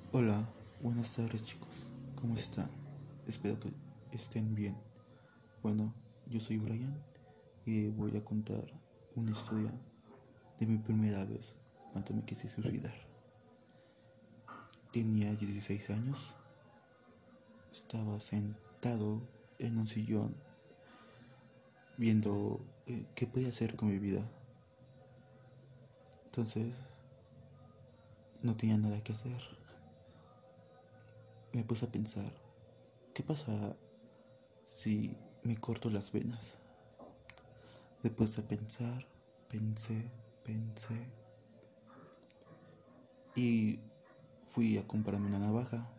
Hola, buenas tardes chicos, ¿cómo están? Espero que estén bien. Bueno, yo soy Brian y voy a contar una historia de mi primera vez cuando me quise suicidar. Tenía 16 años, estaba sentado en un sillón viendo qué podía hacer con mi vida. Entonces, no tenía nada que hacer. Me puse a pensar, ¿qué pasa si me corto las venas? Después de pensar, pensé y fui a comprarme una navaja.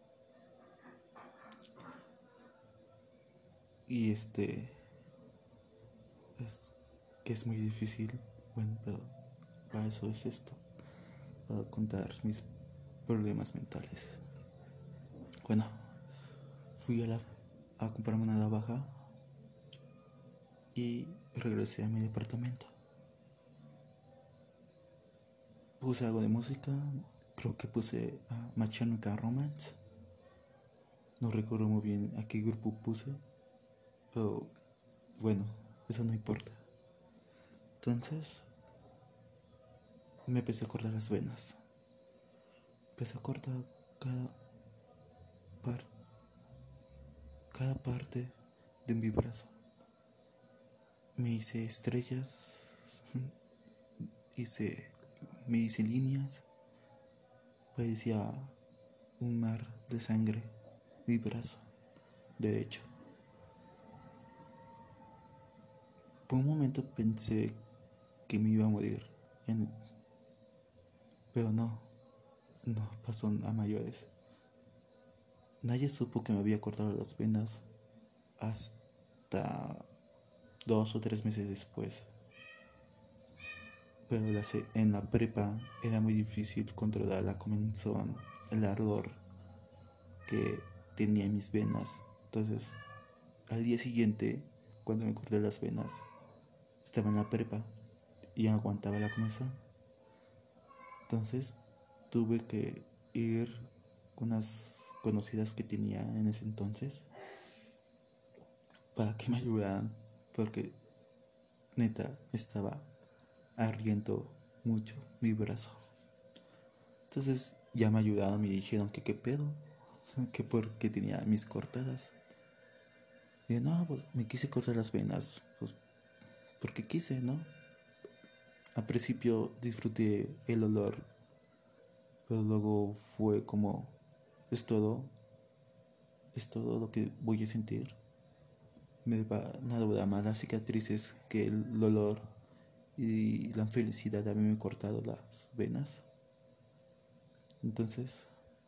Y es que es muy difícil, bueno, pero para eso es esto, para contar mis problemas mentales. Bueno, fui a comprarme una navaja y regresé a mi departamento. Puse algo de música, creo que puse a My Chemical Romance. No recuerdo muy bien a qué grupo puse, pero bueno, eso no importa. Entonces me empecé a cortar las venas. Empecé a cortar cada, par- cada parte de mi brazo. Me hice estrellas, hice, me hice líneas, parecía un mar de sangre mi brazo derecho. Por un momento pensé que me iba a morir, en- pero no pasó a mayores. Nadie supo que me había cortado las venas hasta 2 o 3 meses después. Pero en la prepa era muy difícil controlar la comezón, el ardor que tenía en mis venas. Entonces, al día siguiente, cuando me corté las venas, estaba en la prepa y aguantaba la comezón. Entonces, tuve que ir con unas conocidas que tenía en ese entonces para que me ayudaran, porque neta estaba ardiendo mucho mi brazo. Entonces ya me ayudaron, me dijeron que qué pedo, que porque tenía mis cortadas. Y yo, no, pues me quise cortar las venas, pues porque quise, ¿no? Al principio disfruté el olor, pero luego fue como, es todo, es todo lo que voy a sentir. Me van a durar más las cicatrices que el olor y la felicidad de haberme cortado las venas. Entonces,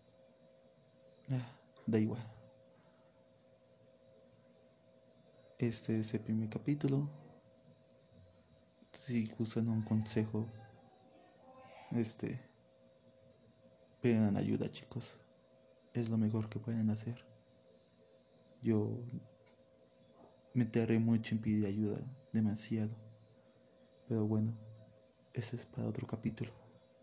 da igual. Este es el primer capítulo. Si gustan un consejo, este, pidan ayuda, chicos. Es lo mejor que pueden hacer. Yo me tardé mucho en pedir ayuda, demasiado. Pero bueno, ese es para otro capítulo.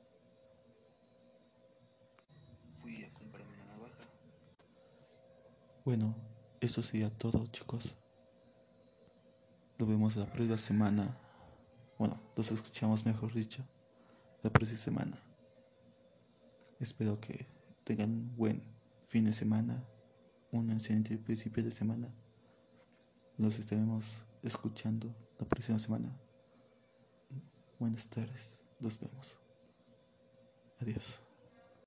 Fui a comprarme una navaja. Bueno, eso sería todo, chicos. Nos vemos la próxima semana. Bueno, nos escuchamos, mejor dicho, la próxima semana. Espero que tengan un buen fin de semana, un excelente principio de semana. Nos estaremos escuchando la próxima semana. Buenas tardes, nos vemos. Adiós.